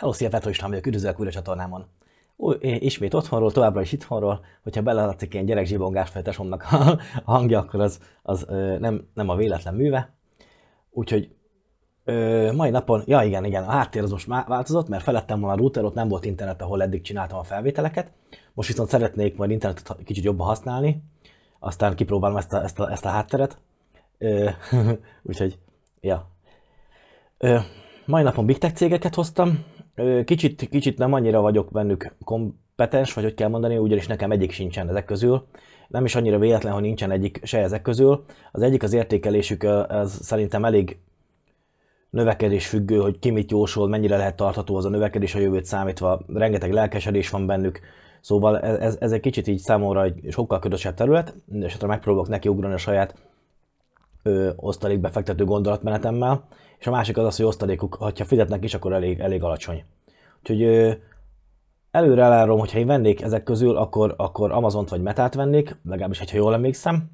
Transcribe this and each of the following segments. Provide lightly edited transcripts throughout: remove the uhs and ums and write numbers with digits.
Hello, szia, Petro István vagyok, üdvözlök újra a csatornámon. Ismét otthonról, továbbra is itthonról, hogyha belehallatszik ilyen gyerekzsibongás fel tesomnak a hangja, akkor az nem a véletlen műve. Úgyhogy mai napon, ja igen, a háttér az most változott, mert felettem van a router, ott nem volt internet, ahol eddig csináltam a felvételeket. Most viszont szeretnék majd internetet kicsit jobban használni, aztán kipróbálom ezt a hátteret. Ö, Úgyhogy, ja. Mai napon Big Tech cégeket hoztam. Kicsit nem annyira vagyok bennük kompetens, vagy hogy kell mondani, ugyanis nekem egyik sincsen ezek közül. Nem is annyira véletlen, hogy nincsen egyik se ezek közül. Az egyik az értékelésük, az szerintem elég növekedés függő, hogy ki mit jósol, mennyire lehet tartható az a növekedés a jövőt számítva, rengeteg lelkesedés van bennük. Szóval ez egy kicsit így számomra egy sokkal ködösebb terület, és megpróbálok neki ugrani a saját osztalékbefektető gondolatmenetemmel, és a másik az, hogy osztalékuk, ha fizetnek is, akkor elég alacsony. Úgyhogy előre elárom, hogyha én vennék ezek közül, akkor Amazont vagy Metát vennék, legalábbis, ha jól emlékszem.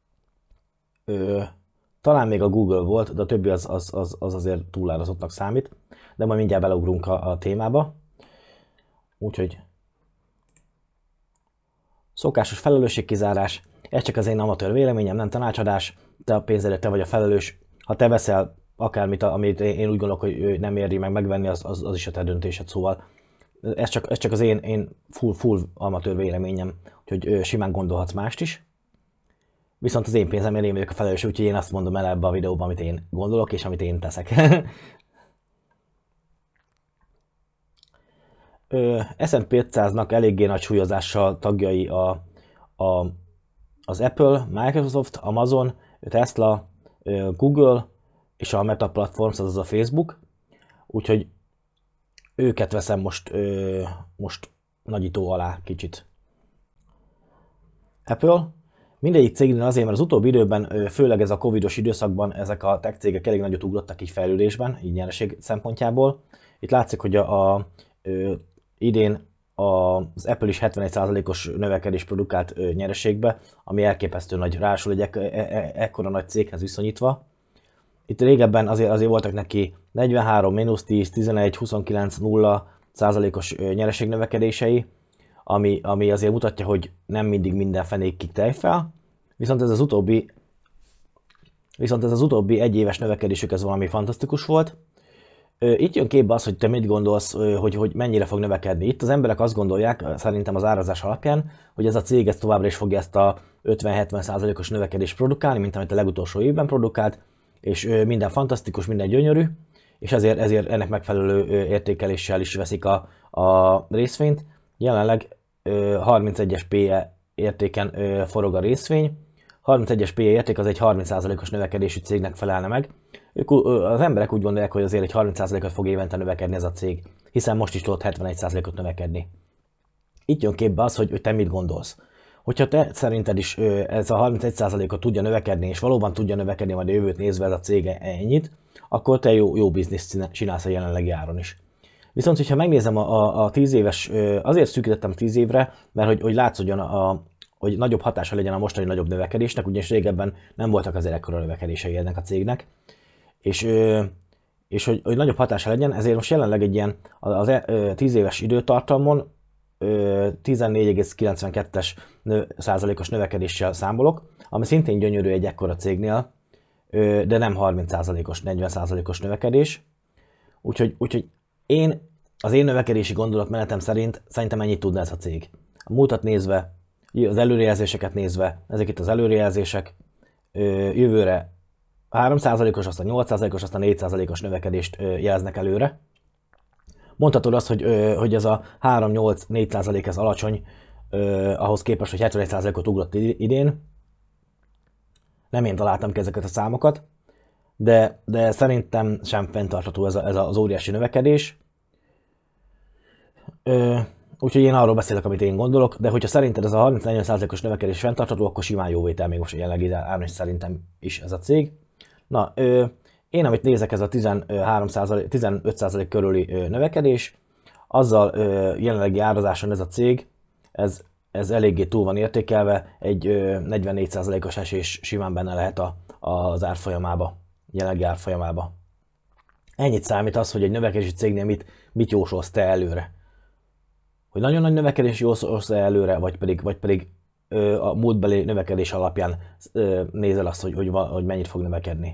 Talán még a Google volt, de a többi az azért túlárazottnak számít, de majd mindjárt beleugrunk a témába. Úgyhogy szokásos felelősségkizárás, ez csak az én amatőr véleményem, nem tanácsadás, te a pénzedért te vagy a felelős. Ha te veszel akármit, amit én úgy gondolok, hogy nem éri meg megvenni, az is a te döntésed, szóval ez csak az én full amatőr véleményem, úgyhogy simán gondolhatsz mást is. Viszont az én pénzemért én vagyok a felelős, úgyhogy én azt mondom el ebbe a videóban, amit én gondolok és amit én teszek. S&P 500-nak eléggé nagy súlyozással tagjai az Apple, Microsoft, Amazon, Tesla, Google és a Meta Platforms, azaz a Facebook. Úgyhogy őket veszem most nagyító alá kicsit. Apple. Mindegyik cégnél azért, mert az utóbbi időben, főleg ez a covidos időszakban ezek a tech cégek elég nagyot ugrottak így fejlődésben, így nyereség szempontjából. Itt látszik, hogy idén az Apple is 71%-os növekedés produkált nyereségbe, ami elképesztő nagy, ráadásul egy ekkora nagy céghez viszonyítva. Itt régebben azért voltak neki 43, mínusz 10, 11, 29, 0%-os nyereségnövekedései, ami azért mutatja, hogy nem mindig minden fenékig tejfel, viszont ez az utóbbi egyéves növekedésük ez valami fantasztikus volt. Itt jön képbe az, hogy te mit gondolsz, hogy mennyire fog növekedni. Itt az emberek azt gondolják, szerintem az árazás alapján, hogy ez a cég ez továbbra is fogja ezt a 50-70%-os növekedést produkálni, mint amit a legutolsó évben produkált, és minden fantasztikus, minden gyönyörű, és ezért ennek megfelelő értékeléssel is veszik a részvényt. Jelenleg 31-es PE értéken forog a részvény. 31-es PE érték az egy 30%-os növekedésű cégnek felelne meg. Az emberek úgy gondolják, hogy azért egy 30%-ot fog évente növekedni ez a cég, hiszen most is tudott 71%-ot növekedni. Itt jön képbe az, hogy te mit gondolsz. Hogyha te szerinted is ez a 31%-ot tudja növekedni, és valóban tudja növekedni majd a jövőt nézve ez a cég ennyit, akkor te jó bizniszt csinálsz a jelenlegi áron is. Viszont, hogyha megnézem a 10 éves, azért szűkítettem 10 évre, mert hogy látszódjon, hogy nagyobb hatása legyen a mostani nagyobb növekedésnek, ugyanis régebben nem voltak azért ekkora növekedései ennek a cégnek, és hogy nagyobb hatása legyen, ezért most jelenleg egy ilyen az 10 éves időtartamon 14,92-es százalékos növekedéssel számolok, ami szintén gyönyörű egy ekkora cégnél, de nem 30%-os, 40%-os növekedés. Úgyhogy az én növekedési gondolatmenetem szerint szerintem ennyit tudna ez a cég. A múltat nézve, az előrejelzéseket nézve, ezek itt az előrejelzések, jövőre 3%-os, aztán 8%-os, aztán 4%-os növekedést jeleznek előre. Mondhatod azt, hogy ez a 3-8-4% ez alacsony, ahhoz képest, hogy 71%-ot ugrott idén. Nem én találtam ki ezeket a számokat, de szerintem sem fenntartható ez az óriási növekedés. Úgyhogy én arról beszélek, amit én gondolok, de hogyha szerinted ez a 30-40%-os növekedés fenntartható, akkor simán jó vétel még most a jelenlegi áron is szerintem is ez a cég. Na, én amit nézek, ez a 15% körüli növekedés, azzal jelenlegi árazáson ez a cég, ez eléggé túl van értékelve, egy 44%-os esés simán benne lehet az árfolyamába, jelenlegi árfolyamába. Ennyit számít az, hogy egy növekedési cégnél mit jósolsz te előre. Hogy nagyon nagy növekedés jósolsz előre, vagy pedig a múltbeli növekedés alapján nézel azt, hogy mennyit fog növekedni.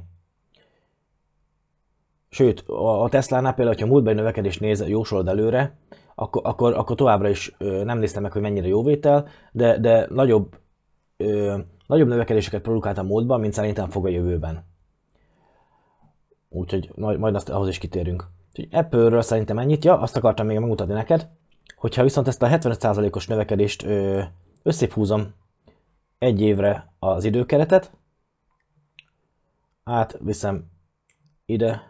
Sőt, a Tesla-nál például, hogyha múltbeli növekedést jósolod előre, akkor továbbra is nem néztem meg, hogy mennyire jó vétel, de nagyobb növekedéseket produkált a múltban, mint szerintem fog a jövőben. Úgyhogy majd ahhoz is kitérünk. Úgyhogy Apple-ről szerintem ennyit. Ja, azt akartam még megmutatni neked, hogyha viszont ezt a 75%-os növekedést összép húzom egy évre az időkeretet, átviszem ide,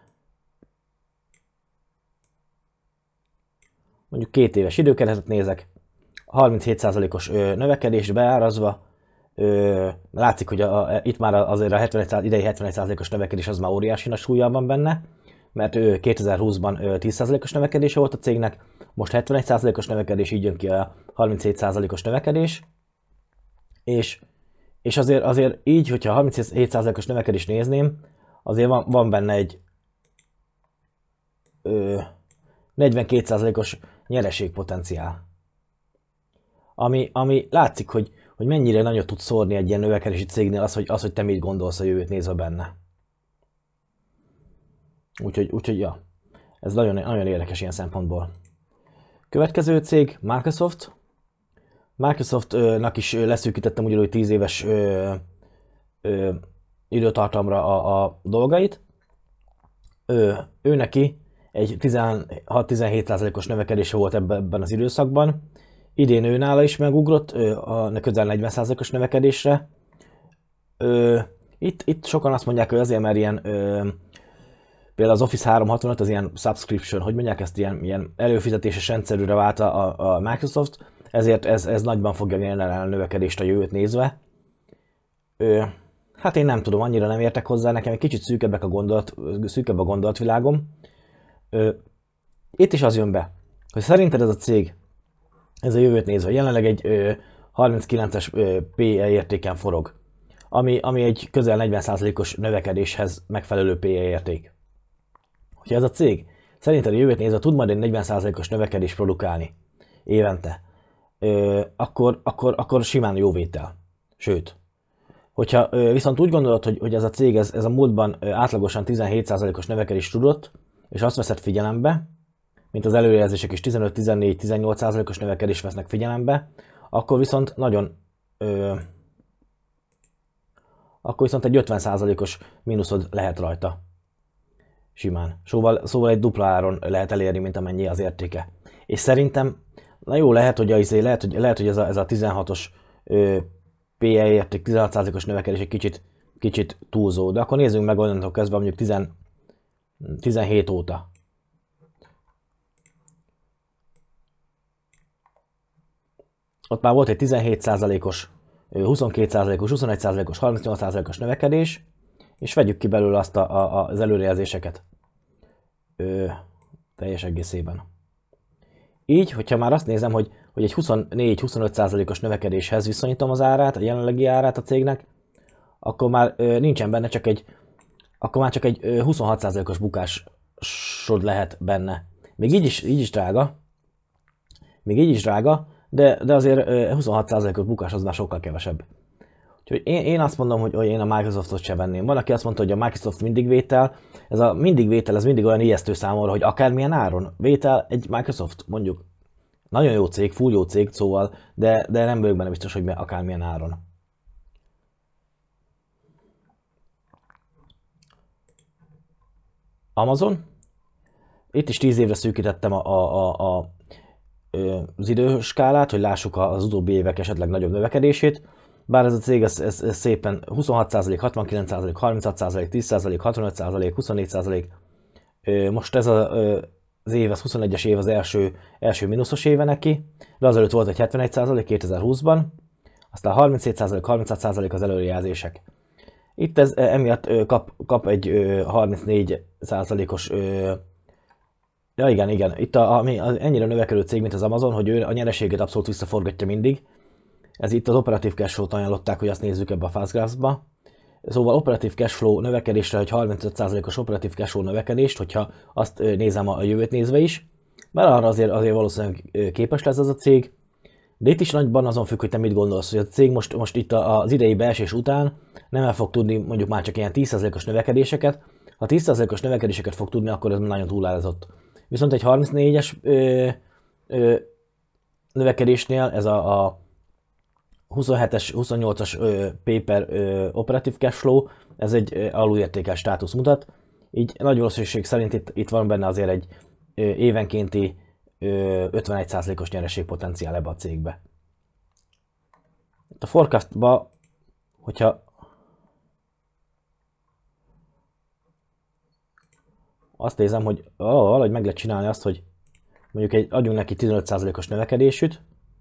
mondjuk 2 éves időkeretet nézek, 37%-os növekedést beárazva, látszik, hogy itt már azért a idei 71%-os növekedés az már óriási nagy súlya van benne, mert 2020-ban 10%-os növekedése volt a cégnek, most 71%-os növekedés, így jön ki a 37%-os növekedés, és azért így, hogyha 37%-os növekedést nézném, azért van benne egy 42%-os nyereségpotenciál. Ami látszik, hogy mennyire nagyot tud szórni egy ilyen növekedési cégnél az, hogy te mit gondolsz a jövőt nézve benne. Úgyhogy ja, ez nagyon, nagyon érdekes ilyen szempontból. Következő cég, Microsoft. Microsoftnak is leszűkítettem ugyanúgy 10 éves időtartamra a dolgait. Ő neki egy 16-17%-os növekedése volt ebben az időszakban. Idén ő nála is megugrott a közel 40%-os növekedésre. Itt sokan azt mondják, hogy azért, mert ilyen például az Office 365 az ilyen subscription, hogy mondják ezt, ilyen előfizetéses rendszerűre vált a Microsoft, ezért ez nagyban fogja generálni a növekedést a jövőt nézve. Hát én nem tudom, annyira nem értek hozzá, nekem egy kicsit szűkebb a gondolatvilágom. Itt is az jön be, hogy szerinted ez a cég, ez a jövőt nézve, jelenleg egy 39-es PE értéken forog, ami egy közel 40%-os növekedéshez megfelelő PE érték. Hogyha ez a cég szerinted a jövőt nézve tud majd egy 40%-os növekedést produkálni évente, akkor simán jó vétel. Sőt, hogyha viszont úgy gondolod, hogy ez a cég ez a múltban átlagosan 17%-os növekedést tudott, és azt veszed figyelembe, mint az előrejelzések is 15-14-18%-os növekedést vesznek figyelembe, akkor viszont akkor viszont egy 50%-os mínuszod lehet rajta. Simán. Szóval egy dupla áron lehet elérni, mint amennyi az értéke. És szerintem, na jó, lehet, hogy ez a 16-os PE érték, 16%-os növekedés egy kicsit túlzó, de akkor nézzünk meg onnantól kezdve mondjuk 17 óta. Ott már volt egy 17%-os, 22%-os, 21%-os, 38%-os növekedés, és vegyük ki belőle azt az előrejelzéseket teljes egészében. Így, hogyha már azt nézem, hogy egy 24-25%-os növekedéshez viszonyítom az árát, a jelenlegi árát a cégnek, akkor már nincsen benne, csak egy 26%-os bukásod lehet benne. Még így is drága, de azért 26%-os bukás az már sokkal kevesebb. Úgyhogy én azt mondom, hogy én a Microsoftot se venném. Van, aki azt mondta, hogy a Microsoft mindig vétel. Ez a mindig vétel, ez mindig olyan ijesztő számomra, hogy akármilyen áron vétel egy Microsoft, mondjuk nagyon jó cég, full jó cég, szóval, de nem vagyok benne biztos, hogy akármilyen áron. Amazon. Itt is 10 évre szűkítettem az időskálát, hogy lássuk az utóbbi évek esetleg nagyobb növekedését. Bár ez a cég ez szépen 26%, 69%, 36%, 10%, 65%, 24%. Most ez az év, az 21-es év az első mínuszos éve neki, de azelőtt volt egy 71% 2020-ban, aztán 37%, 36% az előrejelzések. Itt ez emiatt kap egy 34%-os. Ja igen. Itt ami ennyire növekedő cég, mint az Amazon, hogy ő a nyereségét abszolút visszaforgatja mindig. Ez itt az operatív cash flow-t ajánlották, hogy azt nézzük ebbe a Fastgraphs-ba. Szóval operatív cashflow növekedésre, hogy 35%-os operatív cashflow növekedést, hogyha azt nézem a jövőt nézve is, mert arra azért valószínűleg képes lesz ez a cég. De itt is nagyban azon függ, hogy te mit gondolsz, hogy a cég most itt az idei beesés után nem el fog tudni mondjuk már csak ilyen 10%-os növekedéseket. Ha 10%-os növekedéseket fog tudni, akkor ez nagyon túlárazott. Viszont egy 34-es növekedésnél ez a 27-es, 28-as paper operatív cashflow, ez egy alulértékelt státusz mutat. Így nagy valószínűség szerint itt van benne azért egy évenkénti 51%-os nyereségpotenciál ebbe a cégbe. Itt a forecastba, hogyha azt nézem, hogy valahogy meg lehet csinálni azt, hogy mondjuk adjunk neki 15%-os növekedésűt.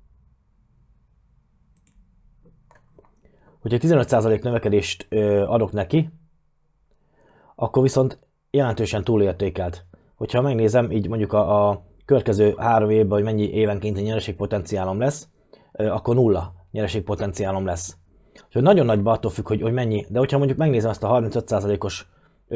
Hogyha 15% növekedést adok neki, akkor viszont jelentősen túlértékelt. Hogyha megnézem így mondjuk a következő 3 évben, hogy mennyi évenkénti nyereségpotenciálom lesz, akkor 0 nyereségpotenciálom lesz. Úgyhogy nagyon nagyban attól függ, hogy mennyi, de hogyha mondjuk megnézem ezt a 35%-os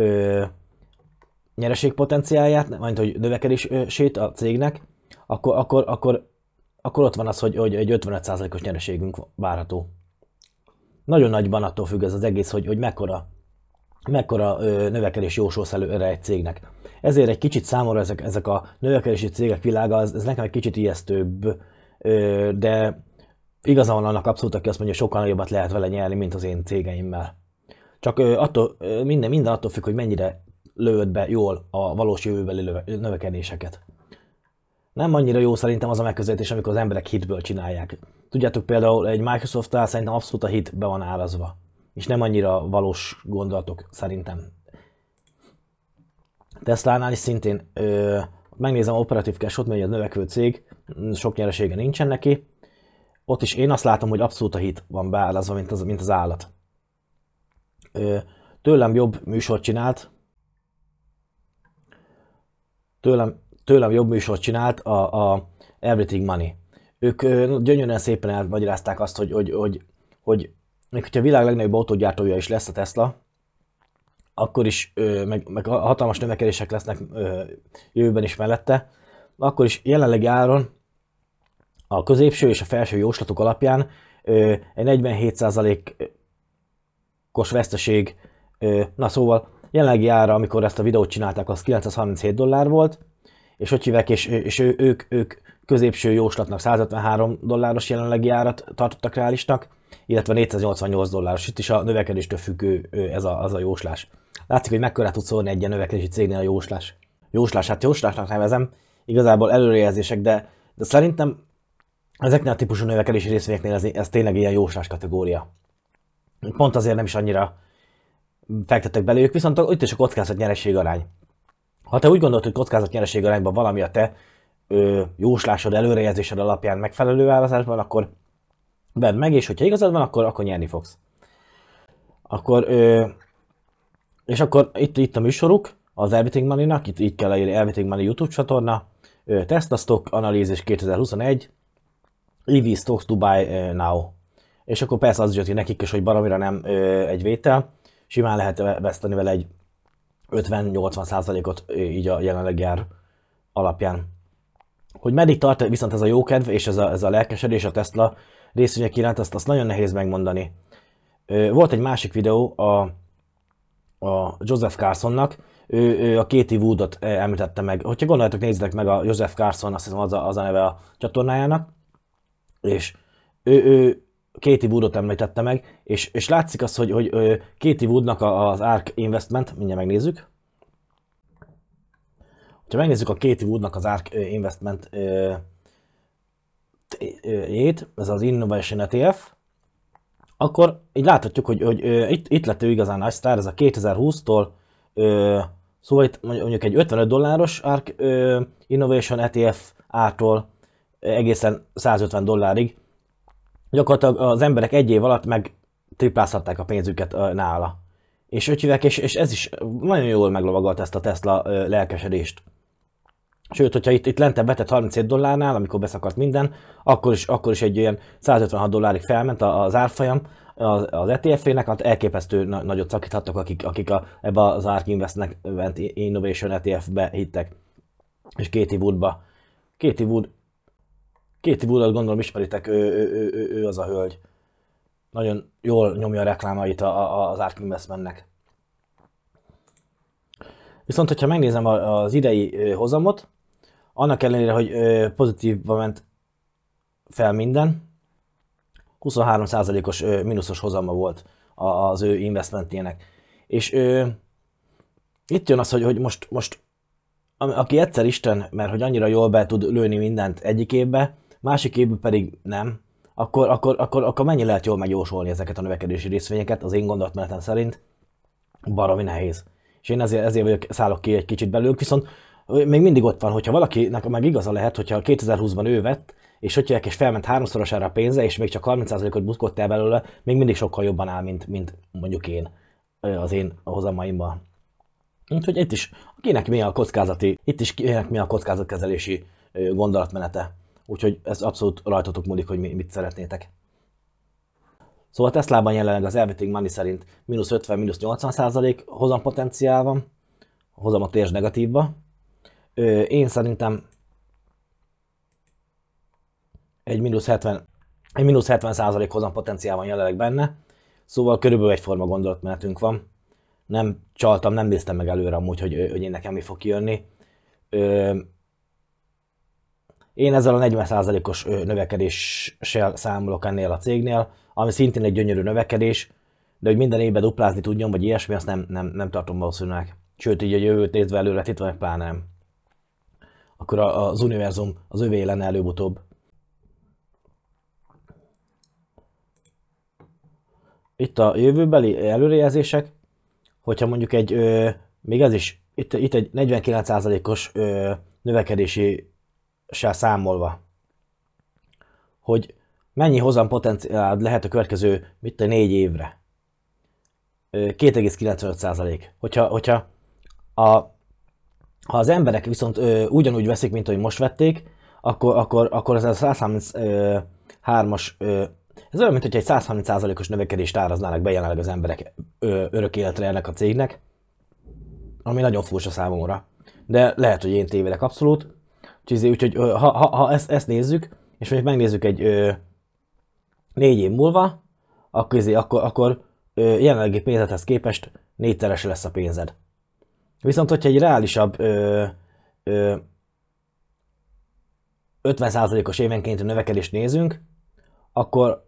nyereségpotenciáját, majd hogy növekedését a cégnek, akkor ott van az, hogy egy 55%-os nyereségünk várható. Nagyon nagyban attól függ ez az egész, hogy mekkora növekedés jósolsz előre egy cégnek. Ezért egy kicsit számomra ezek a növekedési cégek világa, ez nekem egy kicsit ijesztőbb, de igaza van annak abszolút, aki azt mondja, hogy sokkal nagyobbat lehet vele nyerni, mint az én cégeimmel. Csak minden attól függ, hogy mennyire lőd be jól a valós jövőbeli növekedéseket. Nem annyira jó szerintem az a megközelítés, amikor az emberek hitből csinálják. Tudjátok, például egy Microsoft-tál szerintem abszolút a hit be van árazva, és nem annyira valós gondolatok szerintem. Teslánál is szintén megnézem a operatív cash-ot, mert egy növekvő cég, sok nyeresége nincsen neki. Ott is én azt látom, hogy abszolút a hit van beárazva, mint az állat. Tőlem jobb műsort csinált. Tőlem jobb műsort csinált a Everything Money. Ők gyönyörűen szépen elmagyarázták azt, hogy még hogyha a világ legnagyobb autógyártója is lesz a Tesla, akkor is, meg hatalmas növekedések lesznek jövőben is mellette, akkor is jelenlegi áron a középső és a felső jóslatok alapján egy 47%-os veszteség, szóval jelenlegi ára, amikor ezt a videót csinálták, az $937 volt, és hogy hívják, és ők középső jóslatnak $153 jelenlegi árat tartottak reálisnak, illetve $488. Itt is a növekedéstől függő az a jóslás. Látszik, hogy mekkora tud szólni egy ilyen növekedési cégnél a jóslás. Hát jóslásnak nevezem, igazából előrejelzések, de szerintem ezeknél a típusú növekedési részvényeknél ez tényleg ilyen jóslás kategória. Pont azért nem is annyira fektettek belőlük, viszont itt is a kockázat nyereség arány. Ha te úgy gondolod, hogy kockázat nyereség arányban valami a te jóslásod, előrejelzésed alapján megfelelő árazásban, akkor vedd meg, és hogyha igazad van, akkor nyerni fogsz. És akkor itt a műsoruk, az Everything Money-nak, itt így kell leírni Everything Money YouTube csatorna, Tesla Stock Analysis 2021, EV Stocks to buy now. És akkor persze az jött ki nekik is, hogy baromira nem egy vétel, simán lehet veszteni vele egy 50-80%-ot így a jelenlegi ár alapján. Hogy meddig tart viszont ez a jókedv és ez a lelkesedés a Tesla részvények iránt, azt nagyon nehéz megmondani. Volt egy másik videó a Joseph Carsonnak, ő a Katie Woodot említette meg. Hogyha gondoljátok, nézzétek meg a Joseph Carson, azt hiszem az a neve a csatornájának, és ő Katie Woodot említette meg, és látszik az, hogy Katie Woodnak az ARK Investment, mindjárt megnézzük. Ha megnézzük a Katie Woodnak az ARK Investment ez az Innovation ETF, akkor így láthatjuk, hogy itt lett ő igazán nagy sztár, ez a 2020-tól, szóval itt mondjuk egy $55 ARK Innovation ETF ártól egészen $150-ig. Gyakorlatilag az emberek egy év alatt meg triplázhatták a pénzüket nála. És és ez is nagyon jól meglovagolt ezt a Tesla lelkesedést. Sőt, hogyha itt lentebb betett $37-nál, amikor beszakadt minden, akkor is egy olyan $156-ig felment az árfolyam, az ETF-ének, hát elképesztő nagyot szakíthattak, akik ebbe az ARK Investment Innovation ETF-be hittek. És Katie Wood, Katie Woodot gondolom ismeritek, ő az a hölgy. Nagyon jól nyomja a reklámait az ARK Investmentnek. Viszont, hogyha megnézem az idei hozamot, annak ellenére, hogy pozitívba ment fel minden, 23%-os mínuszos hozama volt az ő investmentjének. És itt jön az, hogy most aki egyszer Isten, mert hogy annyira jól be tud lőni mindent egyik évbe, másik évben pedig nem, akkor mennyi lehet jól megjósolni ezeket a növekedési részvényeket, az én gondolatmenetem szerint baromi nehéz. És én ezért szállok ki egy kicsit belőlük, viszont még mindig ott van, hogyha valakinek meg igaza lehet, hogyha 2020-ban ő vett, és hogyha és felment háromszorosára a pénze, és még csak 30%-ot buzgott el belőle, még mindig sokkal jobban áll, mint mondjuk én az én hozamaimban. Úgyhogy itt is kinek mi a kockázati, itt is kinek mi a kockázatkezelési gondolatmenete. Úgyhogy ez abszolút rajtatok múlik, hogy mit szeretnétek. Szóval a Teslában jelenleg az Everything Money szerint mínusz 50, mínusz 80% hozampotenciál van, hozam a térs negatívba. Én szerintem egy mínusz 70% hozampotenciál van jelenleg benne, szóval körülbelül egyforma gondolatmenetünk van. Nem csaltam, nem néztem meg előre amúgy, hogy én nekem mi fog kijönni. Én ezzel a 40%-os növekedéssel számolok ennél a cégnél, ami szintén egy gyönyörű növekedés, de hogy minden évben duplázni tudjon, vagy ilyesmi, azt nem tartom valószínűleg. Sőt, így a jövőt nézve előre tétve meg pláne nem. Akkor az univerzum az övé lenne előbb-utóbb. Itt a jövőbeli előrejelzések, hogyha mondjuk még ez is, itt egy 49%-os növekedési számolva, hogy mennyi hozampotenciál lehet a következő 4 évre. 2,95%. Hogyha ha az emberek viszont ugyanúgy veszik, mint ahogy most vették, akkor ez a 133-as, ez olyan, mint hogy egy 130%-os növekedést áraznának be jelenleg az emberek örök életre ennek a cégnek, ami nagyon furcsa számomra. De lehet, hogy én tévedek abszolút. Úgyhogy ha ezt nézzük, és mondjuk megnézzük egy 4 év múlva, akkor jelenlegi pénzedhez képest 4-szerese lesz a pénzed. Viszont, hogyha egy reálisabb 50%-os évenkénti növekedést nézünk, akkor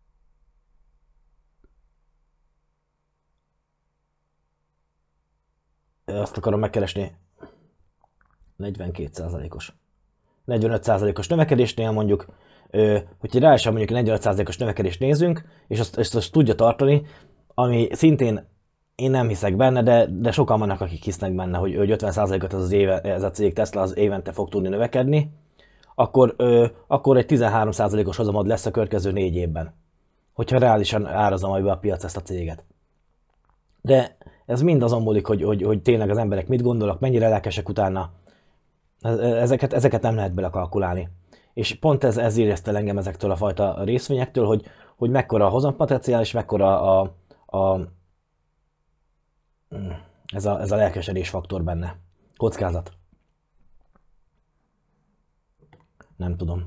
azt akarom megkeresni 42%-os. 45%-os növekedésnél mondjuk, hogyha reálisan mondjuk 45%-os növekedést nézünk, és azt tudja tartani, ami szintén én nem hiszek benne, de sokan vannak, akik hisznek benne, hogy 50%-ot ez a cég Tesla az évente fog tudni növekedni, akkor egy 13%-os hozamod lesz a következő 4 évben. Hogyha reálisan árazza majd be a piac ezt a céget. De ez mind azon múlik, hogy tényleg az emberek mit gondolnak, mennyire lelkesek utána. Ezeket nem lehet belekalkulálni. És pont ez érezte engem ezektől a fajta részvényektől, hogy mekkora a hozampotenciál, és mekkora ez a lelkesedés faktor benne. Kockázat. Nem tudom.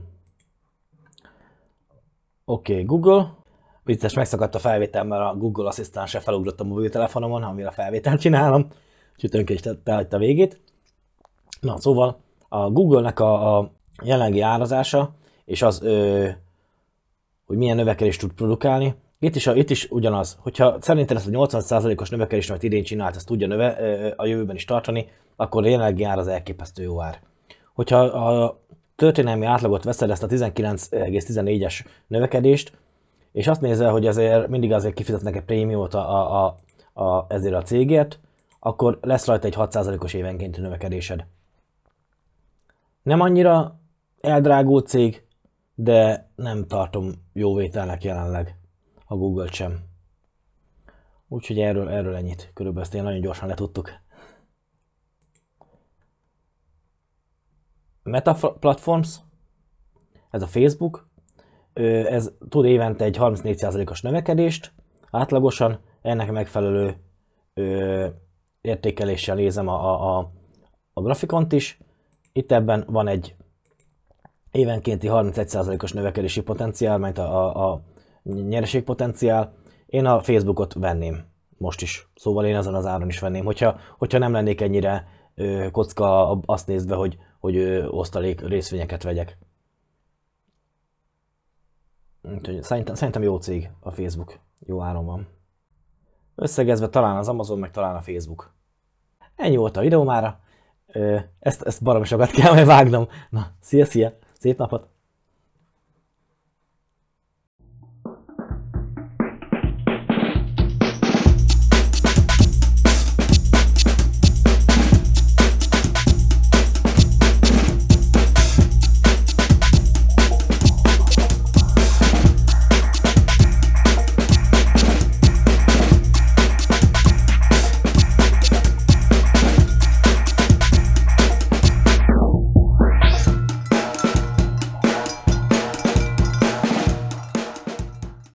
Oké, Google. Vicces, megszakadt a felvétel, mert a Google asszisztense felugrott a mobiltelefonomon, amire a felvételt csinálom. Úgyhogy tönke is elhagyta a végét. Na, szóval a Google-nek a jelenlegi árazása, és az, hogy milyen növekedést tud produkálni, itt is ugyanaz, hogyha szerinted ezt a 80%-os növekedést, amit idén csinált, ezt tudja a jövőben is tartani, akkor a jelenlegi ár az elképesztő jó ár. Hogyha a történelmi átlagot veszed, ezt a 19,14-es növekedést, és azt nézel, hogy mindig azért kifizetnek egy prémiumot ezért a cégért, akkor lesz rajta egy 6%-os évenkénti növekedésed. Nem annyira eldrágult cég, de nem tartom jó vételnek jelenleg a Google-t sem. Úgyhogy erről ennyit. Körülbelül ezt nagyon gyorsan letudtuk. Meta Platforms, ez a Facebook. Ez tud évente egy 34%-os növekedést átlagosan, ennek megfelelő értékeléssel nézem a grafikont is. Itt ebben van egy évenkénti 31%-os növekedési potenciál, mert a nyereségpotenciál. Én a Facebookot venném most is, szóval én ezen az áron is venném, hogyha nem lennék ennyire kocka azt nézve, hogy osztalék részvényeket vegyek. Úgyhogy szerintem jó cég a Facebook, jó áron van. Összegezve talán az Amazon, meg talán a Facebook. Ennyi volt a videó mára. Ezt baromi sokat kell majd vágnom. Na, szia! Szép napot!